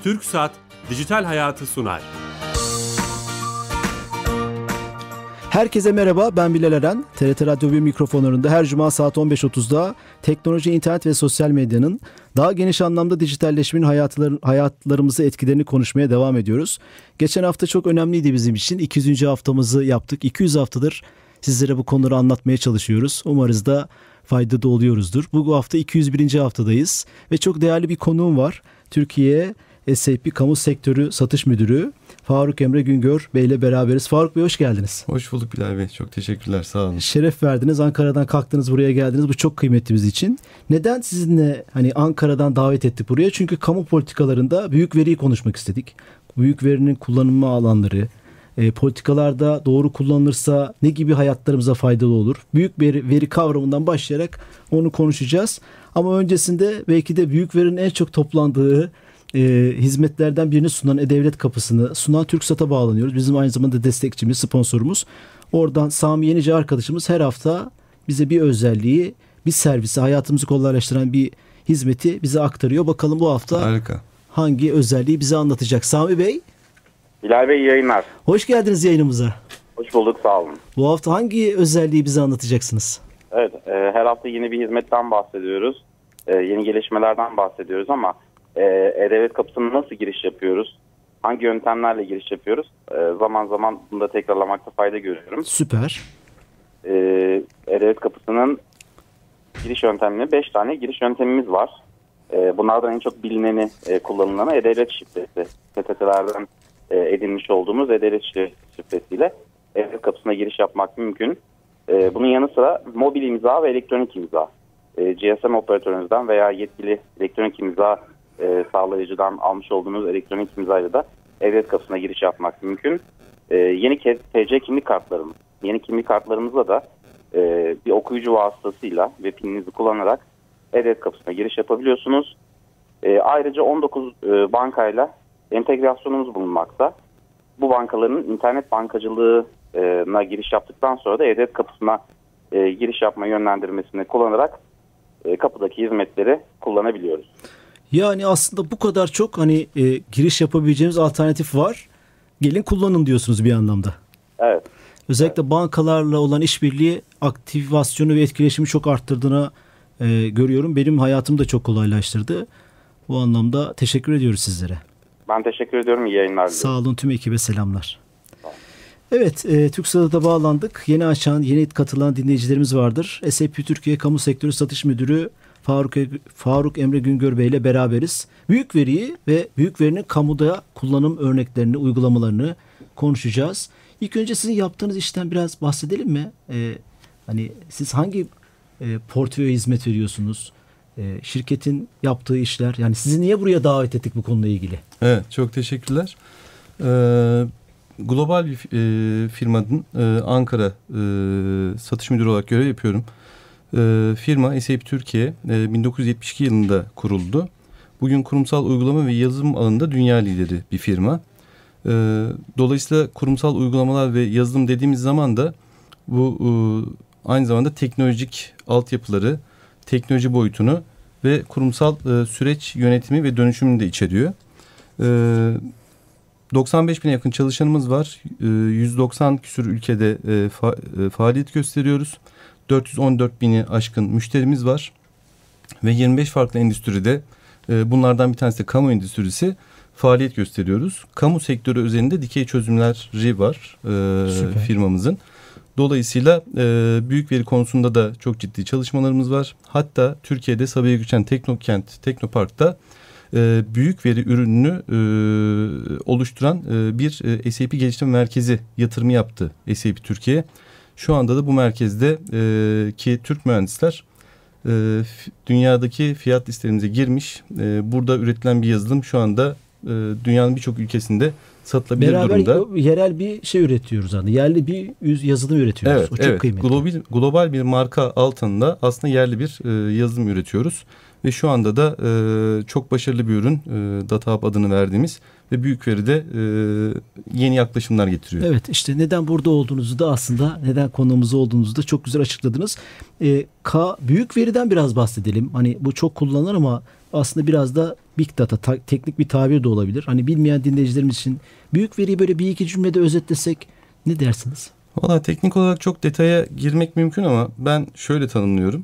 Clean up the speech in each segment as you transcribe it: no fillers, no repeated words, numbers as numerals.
TürkSat Dijital Hayatı sunar. Herkese merhaba, ben Bilal Eren. TRT Radyo 1 mikrofonlarında her cuma saat 15.30'da teknoloji, internet ve sosyal medyanın daha geniş anlamda dijitalleşmenin hayatlarımızı etkilerini konuşmaya devam ediyoruz. Geçen hafta çok önemliydi bizim için. 200. haftamızı yaptık. 200 haftadır sizlere bu konuları anlatmaya çalışıyoruz. Umarız da faydalı oluyoruzdur. Bu hafta 201. haftadayız ve çok değerli bir konuğum var. Türkiye SAP Kamu Sektörü Satış Müdürü Faruk Emre Güngör Bey ile beraberiz. Faruk Bey, hoş geldiniz. Hoş bulduk Bilal Bey. Çok teşekkürler. Sağ olun. Şeref verdiniz. Ankara'dan kalktınız, buraya geldiniz. Bu çok kıymetli bizim için. Neden sizinle Ankara'dan davet ettik buraya? Çünkü kamu politikalarında büyük veriyi konuşmak istedik. Büyük verinin kullanılma alanları, politikalarda doğru kullanılırsa ne gibi hayatlarımıza faydalı olur? Büyük veri kavramından başlayarak onu konuşacağız. Ama öncesinde belki de büyük verinin en çok toplandığı hizmetlerden birini sunan E-Devlet Kapısı'nı sunan TürkSat'a bağlanıyoruz. Bizim aynı zamanda destekçimiz, sponsorumuz. Oradan Sami Yenice arkadaşımız her hafta bize bir özelliği, bir servisi, hayatımızı kolaylaştıran bir hizmeti bize aktarıyor. Bakalım bu hafta harika, hangi özelliği bize anlatacak? Sami Bey. Bilal Bey, yayınlar. Hoş geldiniz yayınımıza. Hoş bulduk, sağ olun. Bu hafta hangi özelliği bize anlatacaksınız? Evet, her hafta yeni bir hizmetten bahsediyoruz. Yeni gelişmelerden bahsediyoruz ama E-Devlet Kapısı'na nasıl giriş yapıyoruz? Hangi yöntemlerle giriş yapıyoruz? Zaman zaman bunu da tekrarlamakta fayda görüyorum. Süper. E-Devlet Kapısı'nın giriş yöntemleri 5 tane giriş yöntemimiz var. Bunlardan en çok bilineni, kullanılanı E-Devlet şifresi. PTT'lerden edinmiş olduğumuz E-Devlet şifresiyle E-Devlet Kapısı'na giriş yapmak mümkün. Bunun yanı sıra mobil imza ve elektronik imza. GSM operatörünüzden veya yetkili elektronik imza sağlayıcıdan almış olduğunuz elektronik imzayla da E-Devlet Kapısı'na giriş yapmak mümkün. Yeni TC kimlik kartlarımız. Yeni kimlik kartlarımızla da bir okuyucu vasıtasıyla ve pininizi kullanarak E-Devlet Kapısı'na giriş yapabiliyorsunuz. Ayrıca 19 bankayla entegrasyonumuz bulunmakta. Bu bankaların internet bankacılığına giriş yaptıktan sonra da E-Devlet Kapısı'na giriş yapma yönlendirmesini kullanarak kapıdaki hizmetleri kullanabiliyoruz. Yani aslında bu kadar çok giriş yapabileceğimiz alternatif var. Gelin kullanın diyorsunuz bir anlamda. Evet. Özellikle bankalarla olan işbirliği aktivasyonu ve etkileşimi çok arttırdığını görüyorum. Benim hayatımı da çok kolaylaştırdı. Bu anlamda teşekkür ediyoruz sizlere. Ben teşekkür ediyorum. İyi yayınlar diliyorum. Sağ olun, tüm ekibe selamlar. Evet, TürkSat'a da bağlandık. Yeni katılan dinleyicilerimiz vardır. SAP Türkiye Kamu Sektörü Satış Müdürü Faruk Emre Güngör Bey ile beraberiz. Büyük veriyi ve büyük verinin kamuda kullanım örneklerini, uygulamalarını konuşacağız. İlk önce sizin yaptığınız işten biraz bahsedelim mi? Siz hangi portföye hizmet veriyorsunuz? Şirketin yaptığı işler. Yani sizi niye buraya davet ettik bu konuyla ilgili? Evet, çok teşekkürler. Global bir firmanın Ankara satış müdürü olarak görev yapıyorum. Firma SAP Türkiye 1972 yılında kuruldu. Bugün kurumsal uygulama ve yazılım alanında dünya lideri bir firma. Dolayısıyla kurumsal uygulamalar ve yazılım dediğimiz zaman da bu aynı zamanda teknolojik altyapıları, teknoloji boyutunu ve kurumsal süreç yönetimi ve dönüşümünü de içeriyor. 95 bine yakın çalışanımız var. 190 küsur ülkede faaliyet gösteriyoruz. 414 bini aşkın müşterimiz var. Ve 25 farklı endüstride, bunlardan bir tanesi de kamu endüstrisi, faaliyet gösteriyoruz. Kamu sektörü üzerinde dikey çözümleri var firmamızın. Dolayısıyla büyük veri konusunda da çok ciddi çalışmalarımız var. Hatta Türkiye'de Sabiha Gökçen Teknokent, Teknopark'ta büyük veri ürününü oluşturan bir SAP Geliştirme Merkezi yatırımı yaptı SAP Türkiye. Şu anda da bu merkezde ki Türk mühendisler dünyadaki fiyat listelerimize girmiş. Burada üretilen bir yazılım şu anda dünyanın birçok ülkesinde satılabilir durumda. Beraber yerel bir şey üretiyoruz. Yerli bir yazılım üretiyoruz. Evet, o çok kıymetli. Global bir marka altında aslında yerli bir yazılım üretiyoruz. Ve şu anda da çok başarılı bir ürün, Data Hub adını verdiğimiz ve büyük veride yeni yaklaşımlar getiriyor. Evet, işte neden burada olduğunuzu da aslında, neden konuğumuz olduğunuzu da çok güzel açıkladınız. Büyük veriden biraz bahsedelim. Bu çok kullanılır ama aslında biraz da big data, teknik bir tabir de olabilir. Hani bilmeyen dinleyicilerimiz için büyük veriyi böyle bir iki cümlede özetlesek ne dersiniz? Valla teknik olarak çok detaya girmek mümkün ama ben şöyle tanımlıyorum.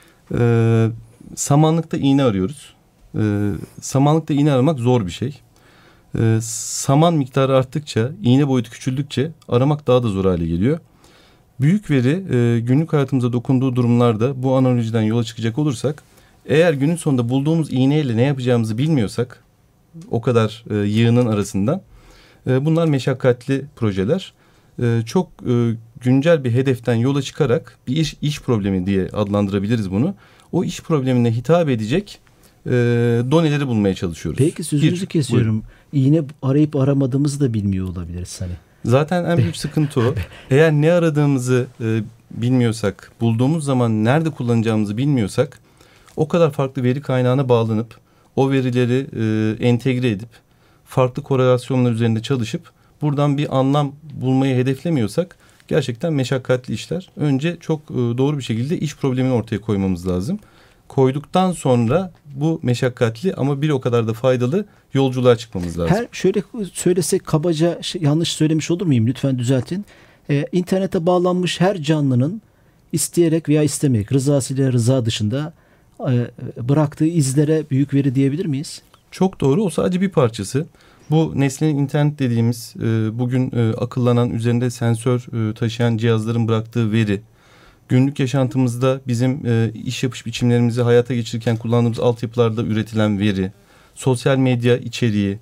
Samanlıkta iğne arıyoruz. Samanlıkta iğne aramak zor bir şey. Saman miktarı arttıkça, iğne boyutu küçüldükçe aramak daha da zor hale geliyor. Büyük veri günlük hayatımıza dokunduğu durumlarda bu analojiden yola çıkacak olursak, eğer günün sonunda bulduğumuz iğneyle ne yapacağımızı bilmiyorsak, o kadar yığının arasından, bunlar meşakkatli projeler. Çok güncel bir hedeften yola çıkarak bir iş problemi diye adlandırabiliriz bunu. O iş problemine hitap edecek doneleri bulmaya çalışıyoruz. Peki sözünüzü kesiyorum. Buyurun. İğne arayıp aramadığımızı da bilmiyor olabiliriz hani. Zaten en büyük sıkıntı o. Eğer ne aradığımızı bilmiyorsak, bulduğumuz zaman nerede kullanacağımızı bilmiyorsak, o kadar farklı veri kaynağına bağlanıp o verileri entegre edip farklı korelasyonlar üzerinde çalışıp buradan bir anlam bulmayı hedeflemiyorsak gerçekten meşakkatli işler. Önce çok doğru bir şekilde iş problemini ortaya koymamız lazım. Koyduktan sonra bu meşakkatli ama bir o kadar da faydalı yolculuğa çıkmamız lazım. Şöyle söylesek kabaca yanlış söylemiş olur muyum? Lütfen düzeltin. İnternete bağlanmış her canlının isteyerek veya istemeyerek, rızasıyla rıza dışında bıraktığı izlere büyük veri diyebilir miyiz? Çok doğru. O sadece bir parçası. Bu nesnenin internet dediğimiz bugün akıllanan, üzerinde sensör taşıyan cihazların bıraktığı veri, günlük yaşantımızda bizim iş yapış biçimlerimizi hayata geçirirken kullandığımız altyapılarda üretilen veri, sosyal medya içeriği,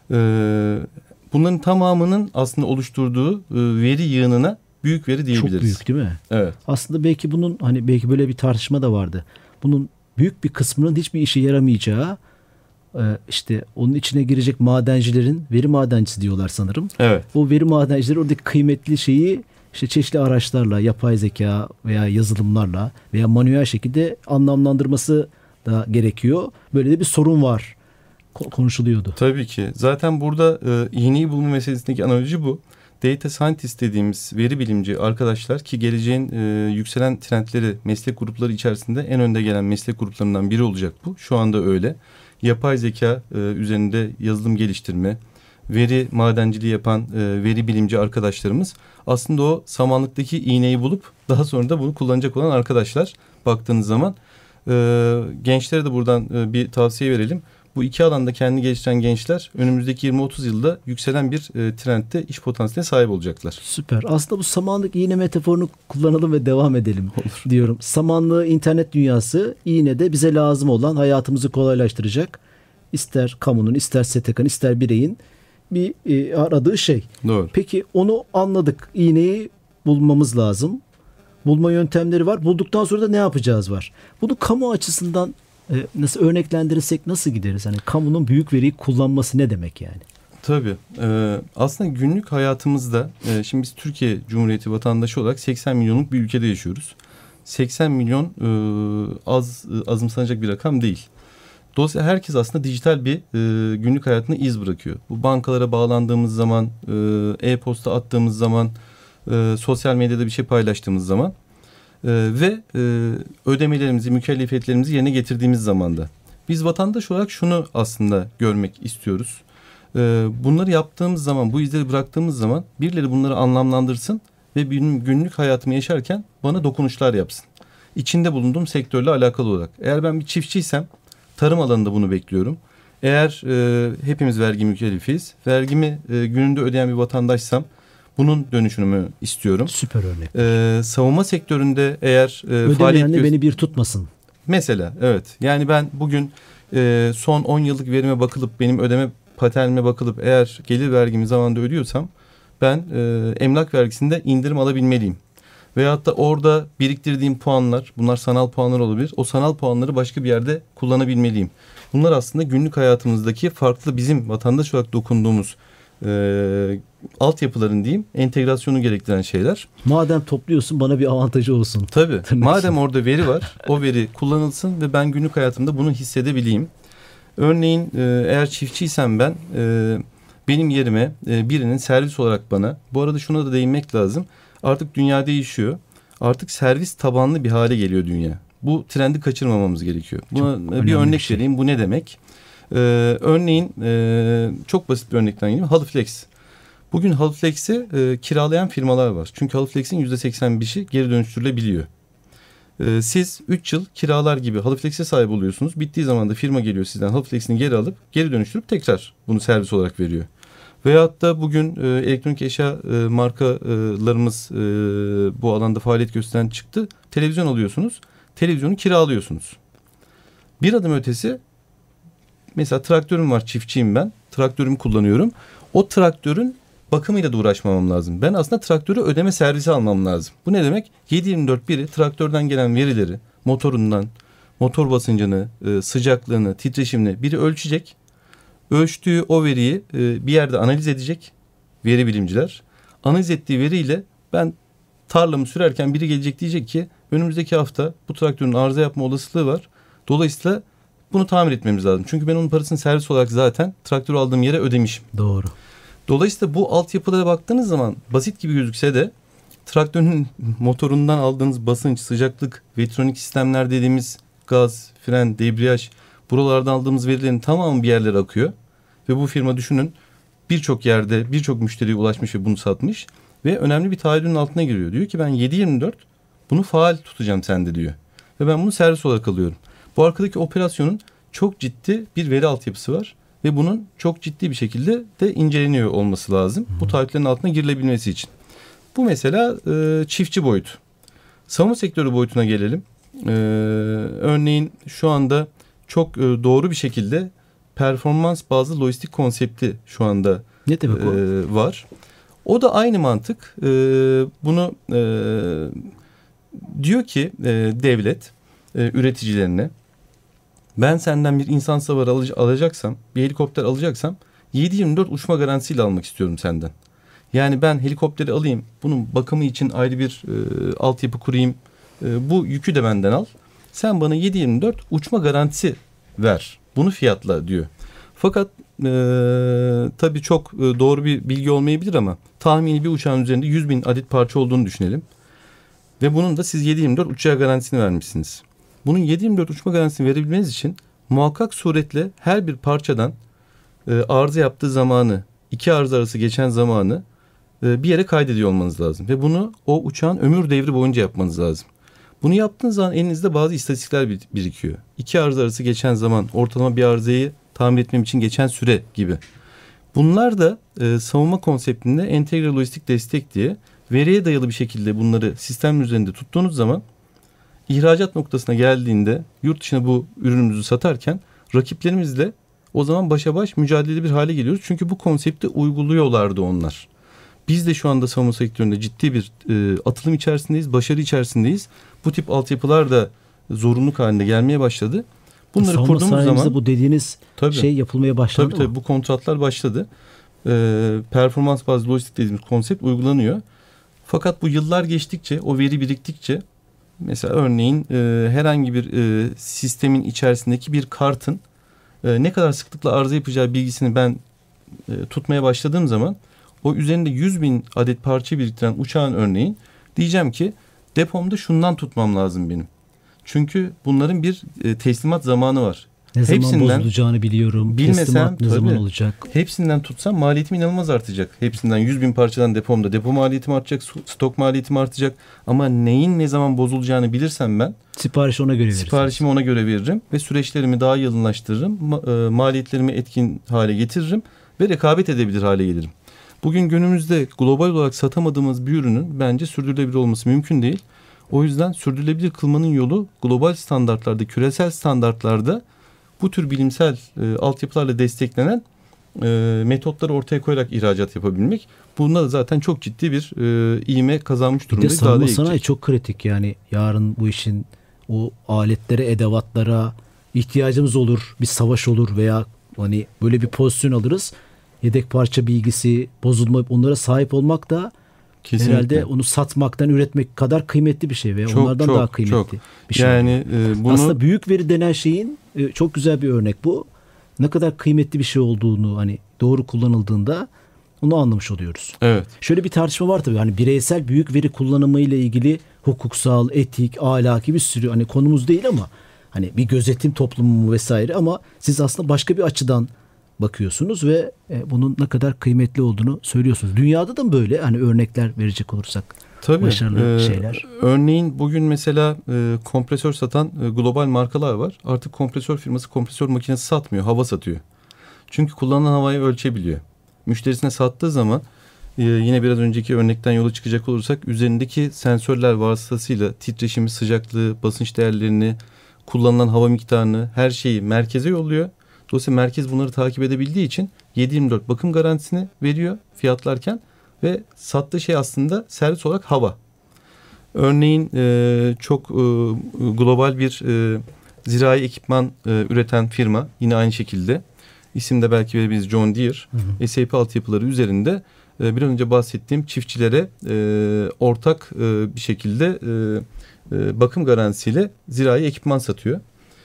bunların tamamının aslında oluşturduğu veri yığınına büyük veri diyebiliriz. Çok büyük değil mi? Evet. Aslında belki bunun belki böyle bir tartışma da vardı. Bunun büyük bir kısmının hiçbir işe yaramayacağı, işte onun içine girecek madencilerin, veri madencisi diyorlar sanırım. Evet. O veri madencileri oradaki kıymetli şeyi işte çeşitli araçlarla, yapay zeka veya yazılımlarla veya manuel şekilde anlamlandırması da gerekiyor. Böyle de bir sorun var. Konuşuluyordu. Tabii ki. Zaten burada iğneyi bulma meselesindeki analoji bu. Data scientist dediğimiz veri bilimci arkadaşlar ki geleceğin yükselen trendleri, meslek grupları içerisinde en önde gelen meslek gruplarından biri olacak bu. Şu anda öyle. Yapay zeka üzerinde yazılım geliştirme, veri madenciliği yapan veri bilimci arkadaşlarımız aslında o samanlıktaki iğneyi bulup daha sonra da bunu kullanacak olan arkadaşlar. Baktığınız zaman gençlere de buradan bir tavsiye verelim. Bu iki alanda kendini geliştiren gençler önümüzdeki 20-30 yılda yükselen bir trendte iş potansiyeline sahip olacaklar. Süper. Aslında bu samanlık iğne metaforunu kullanalım ve devam edelim diyorum. Samanlığı internet dünyası, iğne de bize lazım olan, hayatımızı kolaylaştıracak, ister kamunun, ister STK'nın, ister bireyin bir aradığı şey. Doğru. Peki onu anladık. İğneyi bulmamız lazım. Bulma yöntemleri var. Bulduktan sonra da ne yapacağız var. Bunu kamu açısından nasıl örneklendirirsek nasıl gideriz? Hani kamunun büyük veriyi kullanması ne demek yani? Tabii. Aslında günlük hayatımızda şimdi biz Türkiye Cumhuriyeti vatandaşı olarak 80 milyonluk bir ülkede yaşıyoruz. 80 milyon azımsanacak bir rakam değil. Dolayısıyla herkes aslında dijital bir günlük hayatına iz bırakıyor. Bu bankalara bağlandığımız zaman, e-posta attığımız zaman, sosyal medyada bir şey paylaştığımız zaman ve ödemelerimizi, mükellefiyetlerimizi yerine getirdiğimiz zamanda. Biz vatandaş olarak şunu aslında görmek istiyoruz. Bunları yaptığımız zaman, bu izleri bıraktığımız zaman birileri bunları anlamlandırsın ve benim günlük hayatımı yaşarken bana dokunuşlar yapsın. İçinde bulunduğum sektörle alakalı olarak. Eğer ben bir çiftçiysem tarım alanında bunu bekliyorum. Eğer hepimiz vergi mükellefiyiz, vergimi gününde ödeyen bir vatandaşsam bunun dönüşümünü istiyorum. Süper örnek. Savunma sektöründe eğer ödemeyen de beni bir tutmasın. Mesela evet. Yani ben bugün son 10 yıllık verime bakılıp benim ödeme paternime bakılıp eğer gelir vergimi zamanında ödüyorsam ben emlak vergisinde indirim alabilmeliyim. Veyahut da orada biriktirdiğim puanlar, bunlar sanal puanlar olabilir. O sanal puanları başka bir yerde kullanabilmeliyim. Bunlar aslında günlük hayatımızdaki farklı bizim vatandaş olarak dokunduğumuz altyapıların diyeyim entegrasyonu gerektiren şeyler. Madem topluyorsun bana bir avantajı olsun. Tabii. Madem orada veri var, o veri kullanılsın ve ben günlük hayatımda bunu hissedebileyim. Örneğin eğer çiftçiysem ben benim yerime birinin servis olarak bana, bu arada şuna da değinmek lazım. Artık dünya değişiyor. Artık servis tabanlı bir hale geliyor dünya. Bu trendi kaçırmamamız gerekiyor. Buna bir örnek şey. vereyim. Bu ne demek? Örneğin çok basit bir örnekten geleyim. Halıflex. Bugün Halıflex'i kiralayan firmalar var. Çünkü Halıflex'in %85'i geri dönüştürülebiliyor. Siz 3 yıl kiralar gibi Halıflex'e sahip oluyorsunuz. Bittiği zaman da firma geliyor sizden Halıflex'ini geri alıp geri dönüştürüp tekrar bunu servis olarak veriyor. Veyahut da bugün elektronik eşya markalarımız bu alanda faaliyet gösteren çıktı. Televizyon alıyorsunuz. Televizyonu kiralıyorsunuz. Bir adım ötesi, mesela traktörüm var, çiftçiyim ben. Traktörümü kullanıyorum. O traktörün bakımıyla da uğraşmamam lazım. Ben aslında traktörü ödeme servisi almam lazım. Bu ne demek? 7/24 biri traktörden gelen verileri, motorundan, motor basıncını, sıcaklığını, titreşimini biri ölçecek. Ölçtüğü o veriyi bir yerde analiz edecek veri bilimciler. Analiz ettiği veriyle ben tarlamı sürerken biri gelecek, diyecek ki önümüzdeki hafta bu traktörün arıza yapma olasılığı var. Dolayısıyla bunu tamir etmemiz lazım. Çünkü ben onun parasını servis olarak zaten traktörü aldığım yere ödemişim. Doğru. Dolayısıyla bu altyapılara baktığınız zaman basit gibi gözükse de traktörün motorundan aldığınız basınç, sıcaklık, elektronik sistemler dediğimiz gaz, fren, debriyaj, buralardan aldığımız verilerin tamamı bir yerlere akıyor. Ve bu firma düşünün birçok yerde birçok müşteriye ulaşmış ve bunu satmış. Ve önemli bir taahhüdün altına giriyor. Diyor ki ben 7/24 bunu faal tutacağım sende diyor. Ve ben bunu servis olarak alıyorum. Bu arkadaki operasyonun çok ciddi bir veri altyapısı var. Ve bunun çok ciddi bir şekilde de inceleniyor olması lazım. Bu taahhütlerin altına girilebilmesi için. Bu mesela çiftçi boyutu. Savunma sektörü boyutuna gelelim. Örneğin şu anda çok doğru bir şekilde performans bazlı lojistik konsepti şu anda ne demek o? Var. O da aynı mantık. Bunu diyor ki devlet üreticilerine, ben senden bir insan savarı alacaksam, bir helikopter alacaksam 7/24 uçma garantisiyle almak istiyorum senden. Yani ben helikopteri alayım, bunun bakımı için ayrı bir altyapı kurayım, bu yükü de benden al. Sen bana 7/24 uçma garantisi ver. Bunu fiyatla diyor. Fakat tabii çok doğru bir bilgi olmayabilir ama tahmini bir uçağın üzerinde 100.000 adet parça olduğunu düşünelim. Ve bunun da siz 7/24 uçağa garantisini vermişsiniz. Bunun 7/24 uçma garantisini verebilmeniz için muhakkak suretle her bir parçadan arıza yaptığı zamanı, iki arıza arası geçen zamanı bir yere kaydediyor olmanız lazım. Ve bunu o uçağın ömür devri boyunca yapmanız lazım. Bunu yaptığınız zaman elinizde bazı istatistikler birikiyor. İki arıza arası geçen zaman, ortalama bir arızayı tamir etmem için geçen süre gibi. Bunlar da savunma konseptinde entegre lojistik destek diye veriye dayalı bir şekilde bunları sistemin üzerinde tuttuğunuz zaman ihracat noktasına geldiğinde yurt dışına bu ürünümüzü satarken rakiplerimizle o zaman başa baş mücadeleli bir hale geliyoruz. Çünkü bu konsepti uyguluyorlardı onlar. Biz de şu anda savunma sektöründe ciddi bir atılım içerisindeyiz, başarı içerisindeyiz. Bu tip altyapılar da zorunluluk halinde gelmeye başladı. Bunları savunma kurduğumuz zaman bu dediğiniz tabii, şey yapılmaya başladı tabii, bu kontratlar başladı. Performans bazlı lojistik dediğimiz konsept uygulanıyor. Fakat bu yıllar geçtikçe, o veri biriktikçe, mesela örneğin herhangi bir sistemin içerisindeki bir kartın ne kadar sıklıkla arıza yapacağı bilgisini ben tutmaya başladığım zaman o üzerinde 100.000 adet parça biriktiren uçağın örneğin diyeceğim ki depomda şundan tutmam lazım benim. Çünkü bunların bir teslimat zamanı var. Ne zaman bozulacağını biliyorum. Bilmesem teslimat ne zaman olacak? Hepsinden tutsam maliyetim inanılmaz artacak. Hepsinden 100.000 parçadan depomda. Depo maliyetim artacak, stok maliyetim artacak. Ama neyin ne zaman bozulacağını bilirsem ben siparişi ona göre verirsiniz. Siparişimi ona göre veririm ve süreçlerimi daha yalınlaştırırım. Maliyetlerimi etkin hale getiririm ve rekabet edebilir hale gelirim. Bugün günümüzde global olarak satamadığımız bir ürünün bence sürdürülebilir olması mümkün değil. O yüzden sürdürülebilir kılmanın yolu global standartlarda, küresel standartlarda bu tür bilimsel altyapılarla desteklenen metotları ortaya koyarak ihracat yapabilmek. Bunda da zaten çok ciddi bir ivme kazanmış durumdayız. Bir de savunma sanayi çok kritik, yani yarın bu işin o aletlere, edevatlara ihtiyacımız olur. Bir savaş olur veya hani böyle bir pozisyon alırız. Yedek parça bilgisi, bozulma, onlara sahip olmak da kesinlikle, herhalde onu satmaktan, üretmek kadar kıymetli bir şey ve onlardan daha kıymetli bir şey. Yani bunu aslında büyük veri denen şeyin çok güzel bir örnek bu. Ne kadar kıymetli bir şey olduğunu, hani doğru kullanıldığında onu anlamış oluyoruz. Evet. Şöyle bir tartışma var tabii. Hani bireysel büyük veri kullanımı ile ilgili hukuksal, etik, ahlaki bir sürü hani konumuz değil ama hani bir gözetim toplumu mu vesaire ama siz aslında başka bir açıdan bakıyorsunuz ve bunun ne kadar kıymetli olduğunu söylüyorsunuz. Dünyada da mı böyle hani örnekler verecek olursak? Tabii. Başarılı şeyler. Örneğin bugün mesela kompresör satan global markalar var. Artık kompresör firması kompresör makinesi satmıyor, hava satıyor. Çünkü kullanılan havayı ölçebiliyor. Müşterisine sattığı zaman yine biraz önceki örnekten yola çıkacak olursak üzerindeki sensörler vasıtasıyla titreşimi, sıcaklığı, basınç değerlerini, kullanılan hava miktarını, her şeyi merkeze yolluyor. Dolayısıyla merkez bunları takip edebildiği için 7/24 bakım garantisini veriyor fiyatlarken ve sattığı şey aslında servis olarak hava. Örneğin çok global bir zirai ekipman üreten firma yine aynı şekilde isim de belki verebiliriz, John Deere. SAP altyapıları üzerinde bir önce bahsettiğim çiftçilere ortak bir şekilde bakım garantisiyle zirai ekipman satıyor.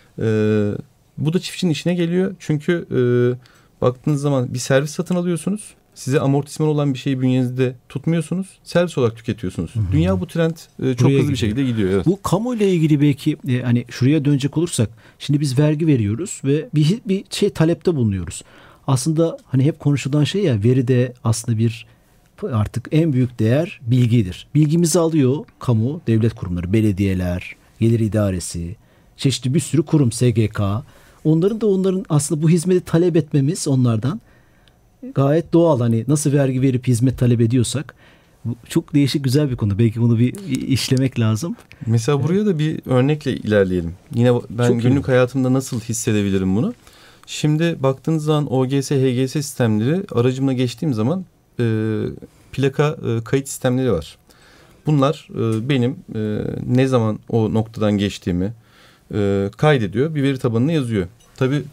Bu da çiftçinin işine geliyor. Çünkü baktığınız zaman bir servis satın alıyorsunuz. Size amortisman olan bir şeyi bünyenizde tutmuyorsunuz. Servis olarak tüketiyorsunuz. Dünya bu trend çok hızlı bir şekilde gidiyor. Evet. Bu kamu ile ilgili belki hani şuraya dönecek olursak şimdi biz vergi veriyoruz ve bir şey talepte bulunuyoruz. Aslında hani hep konuşulan şey ya veride aslında bir artık en büyük değer bilgidir. Bilgimizi alıyor kamu, devlet kurumları, belediyeler, gelir idaresi, çeşitli bir sürü kurum, SGK. Onların aslında bu hizmeti talep etmemiz onlardan gayet doğal. Hani nasıl vergi verip hizmet talep ediyorsak çok değişik güzel bir konu. Belki bunu bir işlemek lazım. Mesela buraya da bir örnekle ilerleyelim. Yine ben çok günlük hayatımda nasıl hissedebilirim bunu? Şimdi baktığınız zaman OGS, HGS sistemleri aracımla geçtiğim zaman plaka kayıt sistemleri var. Bunlar benim ne zaman o noktadan geçtiğimi kaydediyor. Bir veri tabanına yazıyor. Tabii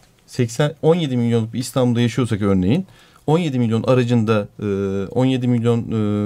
17 milyonluk bir İstanbul'da yaşıyorsak örneğin 17 milyon aracında 17 milyon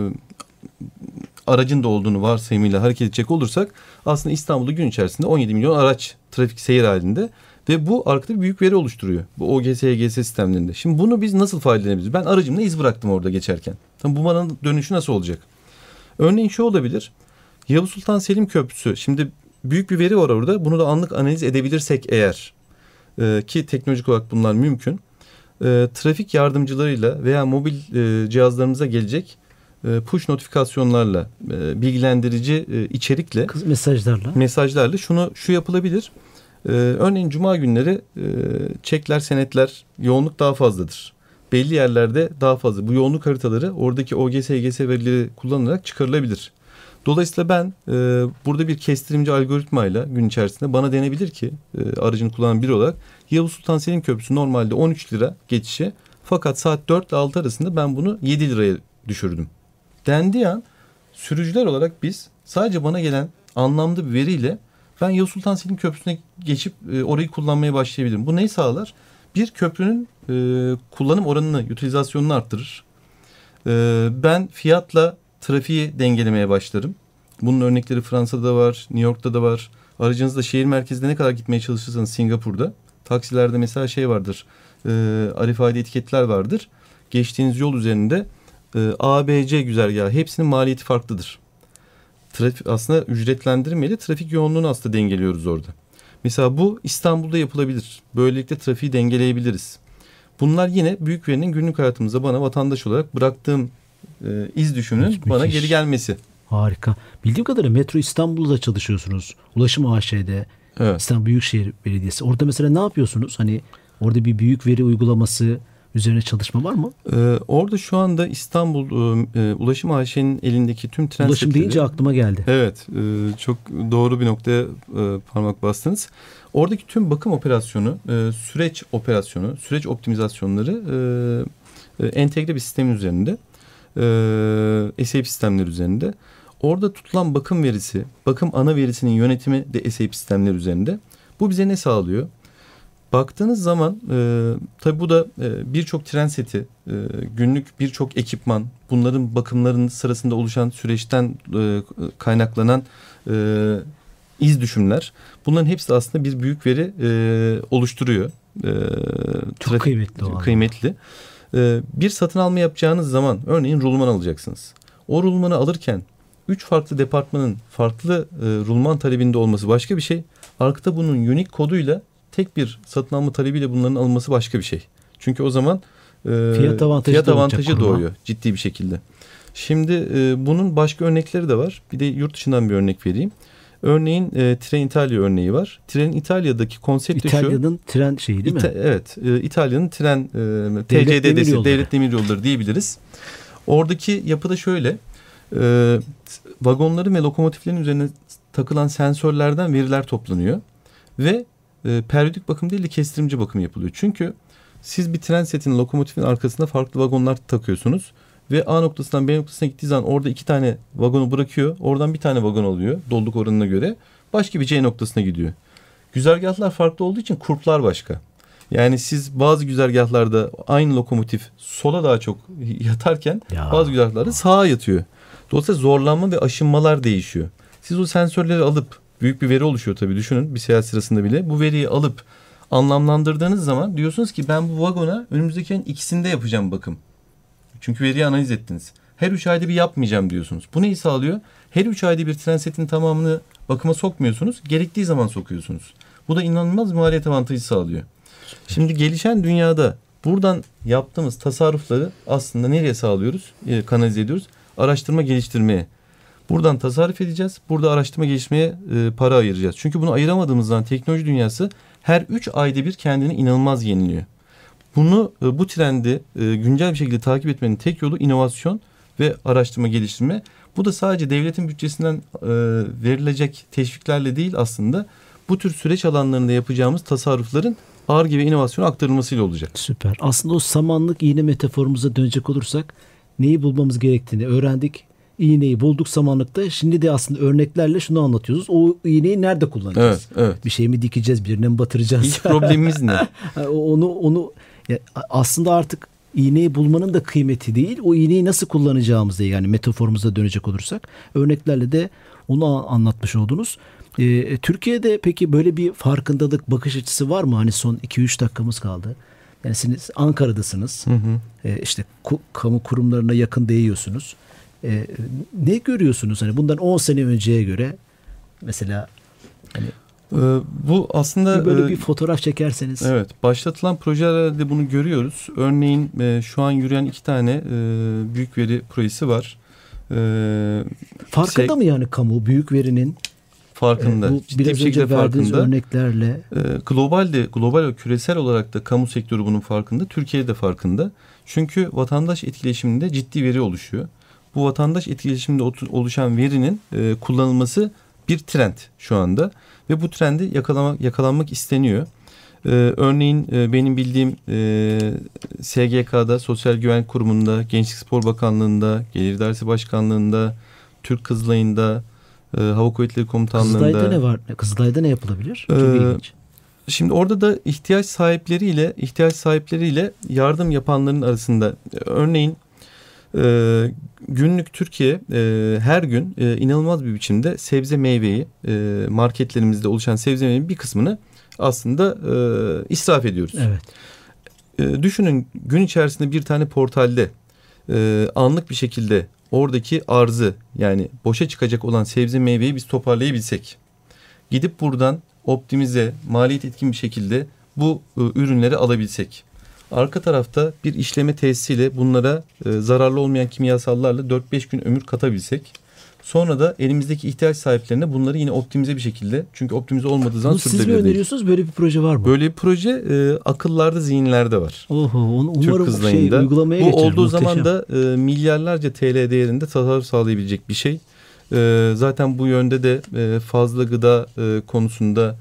aracın da olduğunu varsayımıyla hareket edecek olursak aslında İstanbul'da gün içerisinde 17 milyon araç trafik seyir halinde ve bu arkada büyük veri oluşturuyor. Bu OGS, HGS sistemlerinde. Şimdi bunu biz nasıl faydalanabiliriz? Ben aracımla iz bıraktım orada geçerken. Tabii bu bana dönüşü nasıl olacak? Örneğin şu olabilir. Yavuz Sultan Selim Köprüsü. Şimdi büyük bir veri var orada. Bunu da anlık analiz edebilirsek eğer ki teknolojik olarak bunlar mümkün. Trafik yardımcılarıyla veya mobil cihazlarımıza gelecek push notifikasyonlarla, bilgilendirici içerikle, mesajlarla şu yapılabilir. Örneğin cuma günleri çekler, senetler yoğunluk daha fazladır. Belli yerlerde daha fazla. Bu yoğunluk haritaları oradaki OGS, HGS verileri kullanılarak çıkarılabilir. Dolayısıyla ben burada bir kestirimci algoritmayla gün içerisinde bana denebilir ki aracını kullanan biri olarak Yavuz Sultan Selim Köprüsü normalde 13 lira geçişi fakat saat 4 ile 6 arasında ben bunu 7 liraya düşürdüm. Dendiği an sürücüler olarak biz sadece bana gelen anlamlı bir veriyle ben Yavuz Sultan Selim Köprüsü'ne geçip orayı kullanmaya başlayabilirim. Bu neyi sağlar? Bir, köprünün kullanım oranını, utilizasyonunu arttırır. Ben fiyatla trafiği dengelemeye başlarım. Bunun örnekleri Fransa'da var, New York'ta da var. Aracınızda şehir merkezine ne kadar gitmeye çalışırsanız Singapur'da. Taksilerde mesela şey vardır, RFID etiketler vardır. Geçtiğiniz yol üzerinde A, B, C güzergahı hepsinin maliyeti farklıdır. Aslında ücretlendirmeli trafik yoğunluğunu aslında dengeliyoruz orada. Mesela bu İstanbul'da yapılabilir. Böylelikle trafiği dengeleyebiliriz. Bunlar yine büyük verinin günlük hayatımıza bana vatandaş olarak bıraktığım iz düşümünün bana geri gelmesi. Harika. Bildiğim kadarıyla Metro İstanbul'da çalışıyorsunuz. Ulaşım AŞ'de. Evet. İstanbul Büyükşehir Belediyesi. Orada mesela ne yapıyorsunuz? Hani orada bir büyük veri uygulaması üzerine çalışma var mı? Orada şu anda İstanbul Ulaşım AŞ'nin elindeki tüm tren Ulaşım setleri, deyince aklıma geldi. Evet. Çok doğru bir noktaya parmak bastınız. Oradaki tüm bakım operasyonu, süreç operasyonu, süreç optimizasyonları entegre bir sistemin üzerinde. SAP sistemleri üzerinde. Orada tutulan bakım verisi, bakım ana verisinin yönetimi de SAP sistemleri üzerinde. Bu bize ne sağlıyor? Baktığınız zaman tabii bu da birçok tren seti, günlük birçok ekipman, bunların bakımlarının sırasında oluşan süreçten kaynaklanan iz düşümler. Bunların hepsi aslında bir büyük veri oluşturuyor. Çok kıymetli o. Kıymetli. Bir satın alma yapacağınız zaman örneğin rulman alacaksınız. O rulmanı alırken 3 farklı departmanın farklı rulman talebinde olması başka bir şey. Arkada bunun unique koduyla tek bir satın alma talebiyle bunların alınması başka bir şey. Çünkü o zaman fiyat avantajı doğuyor ciddi bir şekilde. Şimdi bunun başka örnekleri de var. Bir de yurt dışından bir örnek vereyim. Örneğin Tren İtalya örneği var. Tren İtalya'daki konsept de şu. İtalya'nın tren şeyi değil mi? Evet. İtalya'nın tren TCD'si, Devlet Demiryolları diyebiliriz. Oradaki yapı da şöyle. Vagonların ve lokomotiflerin üzerine takılan sensörlerden veriler toplanıyor. Ve periyodik bakım değil de kestirimci bakım yapılıyor. Çünkü siz bir tren setinin, lokomotifin arkasında farklı vagonlar takıyorsunuz. Ve A noktasından B noktasına gittiği zaman orada 2 tane vagonu bırakıyor. Oradan bir tane vagon alıyor doluluk oranına göre. Başka bir C noktasına gidiyor. Güzergahlar farklı olduğu için kurplar başka. Yani siz bazı güzergahlarda aynı lokomotif sola daha çok yatarken bazı güzergahlarda sağa yatıyor. Dolayısıyla zorlanma ve aşınmalar değişiyor. Siz o sensörleri alıp, büyük bir veri oluşuyor tabii, düşünün bir seyahat sırasında bile. Bu veriyi alıp anlamlandırdığınız zaman diyorsunuz ki ben bu vagona önümüzdeki ayın ikisinde yapacağım bakım. Çünkü veriyi analiz ettiniz. Her 3 ayda bir yapmayacağım diyorsunuz. Bu neyi sağlıyor? Her 3 ayda bir tren setin tamamını bakıma sokmuyorsunuz. Gerektiği zaman sokuyorsunuz. Bu da inanılmaz maliyet avantajı sağlıyor. Şimdi gelişen dünyada buradan yaptığımız tasarrufları aslında nereye sağlıyoruz? Kanalize ediyoruz. Araştırma geliştirmeye. Buradan tasarruf edeceğiz. Burada araştırma geliştirmeye para ayıracağız. Çünkü bunu ayıramadığımız zaman teknoloji dünyası her 3 ayda bir kendini inanılmaz yeniliyor. Bu trendi güncel bir şekilde takip etmenin tek yolu inovasyon ve araştırma geliştirme. Bu da sadece devletin bütçesinden verilecek teşviklerle değil, aslında bu tür süreç alanlarında yapacağımız tasarrufların Ar-Ge ve inovasyona aktarılmasıyla olacak. Süper. Aslında o samanlık iğne metaforumuza dönecek olursak neyi bulmamız gerektiğini öğrendik. İğneyi bulduk samanlıkta. Şimdi de aslında örneklerle şunu anlatıyoruz. O iğneyi nerede kullanacağız? Evet. Bir şey mi dikeceğiz, birine mi batıracağız? İlk problemimiz ne? Aslında artık iğneyi bulmanın da kıymeti değil, o iğneyi nasıl kullanacağımızda, yani metaforumuza dönecek olursak örneklerle de onu anlatmış oldunuz. Türkiye'de peki böyle bir farkındalık, bakış açısı var mı? Hani son 2-3 dakikamız kaldı. Yani siz Ankara'dasınız. İşte kamu kurumlarına yakın değiyorsunuz. Ne görüyorsunuz? Hani bundan 10 sene önceye göre mesela hani bu aslında böyle bir fotoğraf çekerseniz. Evet, başlatılan projelerde bunu görüyoruz. Örneğin şu an yürüyen 2 tane büyük veri projesi var. Farkında mı yani kamu büyük verinin? Farkında. Bu ciddi biraz bir şekilde önce verdiğiniz farkında. Örneklerle. Global ve küresel olarak da kamu sektörü bunun farkında. Türkiye de farkında. Çünkü vatandaş etkileşiminde ciddi veri oluşuyor. Bu vatandaş etkileşiminde oluşan verinin kullanılması bir trend şu anda. Ve bu trendi yakalanmak isteniyor. Örneğin benim bildiğim SGK'da, Sosyal Güvenlik Kurumu'nda, Gençlik Spor Bakanlığı'nda, Gelir İdaresi Başkanlığı'nda, Türk Kızılayı'nda, Hava Kuvvetleri Komutanlığı'nda. Kızılay'da ne var? Kızılay'da ne yapılabilir? Çok ilginç. Şimdi orada da ihtiyaç sahipleriyle yardım yapanların arasında örneğin günlük Türkiye her gün inanılmaz bir biçimde sebze meyveyi marketlerimizde oluşan sebze meyvenin bir kısmını aslında israf ediyoruz. Evet. Düşünün, gün içerisinde bir tane portalde anlık bir şekilde oradaki arzı, yani boşa çıkacak olan sebze meyveyi biz toparlayabilsek, gidip buradan optimize, maliyet etkin bir şekilde bu ürünleri alabilsek, arka tarafta bir işleme tesisiyle bunlara zararlı olmayan kimyasallarla 4-5 gün ömür katabilsek, sonra da elimizdeki ihtiyaç sahiplerine bunları yine optimize bir şekilde, çünkü optimize olmadığı zaman sürdürülebilir değil. Siz mi öneriyorsunuz? Böyle bir proje var mı? Böyle bir proje akıllarda, zihinlerde var. Umarım uygulamaya bu geçirir. olduğu Muhteşem. zaman da milyarlarca TL değerinde tasarruf sağlayabilecek bir şey. Zaten bu yönde de fazla gıda konusunda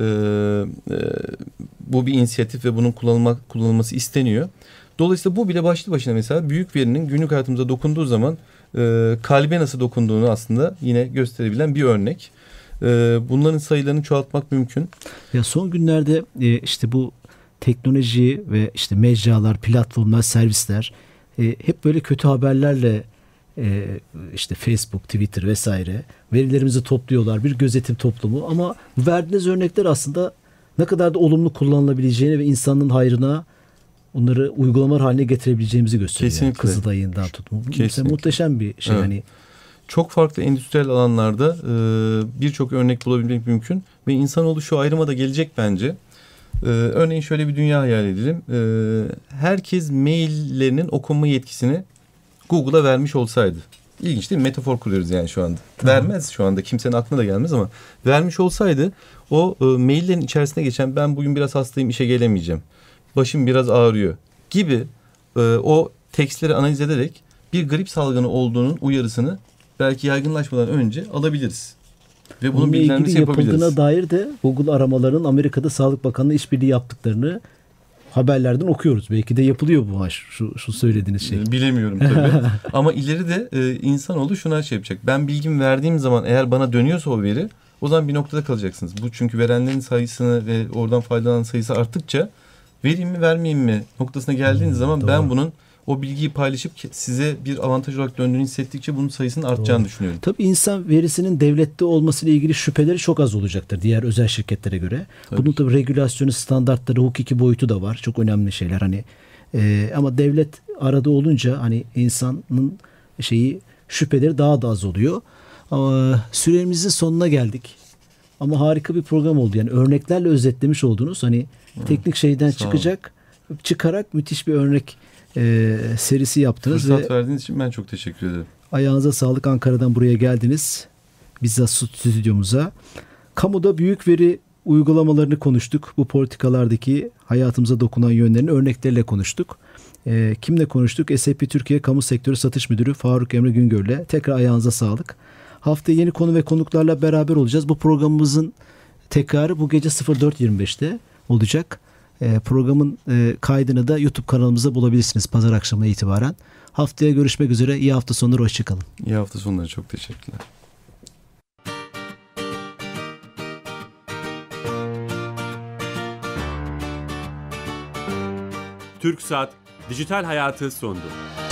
bu bir inisiyatif ve bunun kullanılması isteniyor. Dolayısıyla bu bile başlı başına mesela büyük verinin günlük hayatımıza dokunduğu zaman kalbe nasıl dokunduğunu aslında yine gösterebilen bir örnek. Bunların sayılarını çoğaltmak mümkün. Ya son günlerde işte bu teknoloji ve işte mecralar, platformlar, servisler hep böyle kötü haberlerle işte Facebook, Twitter vesaire verilerimizi topluyorlar. Bir gözetim toplumu, ama bu verdiğiniz örnekler aslında ne kadar da olumlu kullanılabileceğini ve insanın hayrına onları uygulamalar haline getirebileceğimizi gösteriyor. Kesinlikle. Kızılay'ından tutma. Kesinlikle. Muhteşem bir şey. Evet. Hani çok farklı endüstriyel alanlarda birçok örnek bulabilmek mümkün. Ve insanoğlu şu ayrıma da gelecek bence. Örneğin şöyle bir dünya hayal edelim. Herkes maillerinin okunma yetkisini Google'a vermiş olsaydı. İlginç değil mi? Metafor kuruyoruz yani şu anda. Vermez şu anda. Kimsenin aklına da gelmez ama vermiş olsaydı o maillerin içerisine geçen ben bugün biraz hastayım işe gelemeyeceğim. Başım biraz ağrıyor gibi o tekstleri analiz ederek bir grip salgını olduğunun uyarısını belki yaygınlaşmadan önce alabiliriz. Ve bunun bilgilenmesi yapabiliriz. Yapıldığına dair de Google aramalarının Amerika'da Sağlık Bakanlığı işbirliği yaptıklarını haberlerden okuyoruz. Belki de yapılıyor bu şu söylediğiniz şey. Bilemiyorum tabii. Ama ileride insanoğlu şuna şey yapacak. Ben bilgimi verdiğim zaman eğer bana dönüyorsa o veri o zaman bir noktada kalacaksınız. Bu çünkü verenlerin sayısını ve oradan faydalanan sayısı arttıkça vereyim mi vermeyeyim mi noktasına geldiğiniz zaman doğru. ben bunun o bilgiyi paylaşıp size bir avantaj olarak döndüğünü hissettikçe bunun sayısının artacağını düşünüyorum. Tabii insan verisinin devlette olmasıyla ilgili şüpheleri çok az olacaktır diğer özel şirketlere göre. Tabii. Bunun tabii regülasyonu, standartları, hukuki boyutu da var. Çok önemli şeyler hani. Ama devlet arada olunca hani insanın şüpheleri daha da az oluyor. Ama süremizin sonuna geldik. Ama harika bir program oldu. Yani örneklerle özetlemiş oldunuz. Hani teknik şeyden çıkarak müthiş bir örnek serisi yaptınız. Fırsat verdiğiniz için ben çok teşekkür ederim. Ayağınıza sağlık, Ankara'dan buraya geldiniz. Bizzat stüdyomuza. Kamuda büyük veri uygulamalarını konuştuk. Bu politikalardaki hayatımıza dokunan yönlerini örnekleriyle konuştuk. Kimle konuştuk? SAP Türkiye Kamu Sektörü Satış Müdürü Faruk Emre Güngör'le. Tekrar ayağınıza sağlık. Haftaya yeni konu ve konuklarla beraber olacağız. Bu programımızın tekrarı bu gece 04.25'te olacak. Programın kaydını da YouTube kanalımızda bulabilirsiniz pazar akşamına itibaren. Haftaya görüşmek üzere. İyi hafta sonları. Hoşçakalın. İyi hafta sonları. Çok teşekkürler. TürkSat Dijital Hayatı sondu.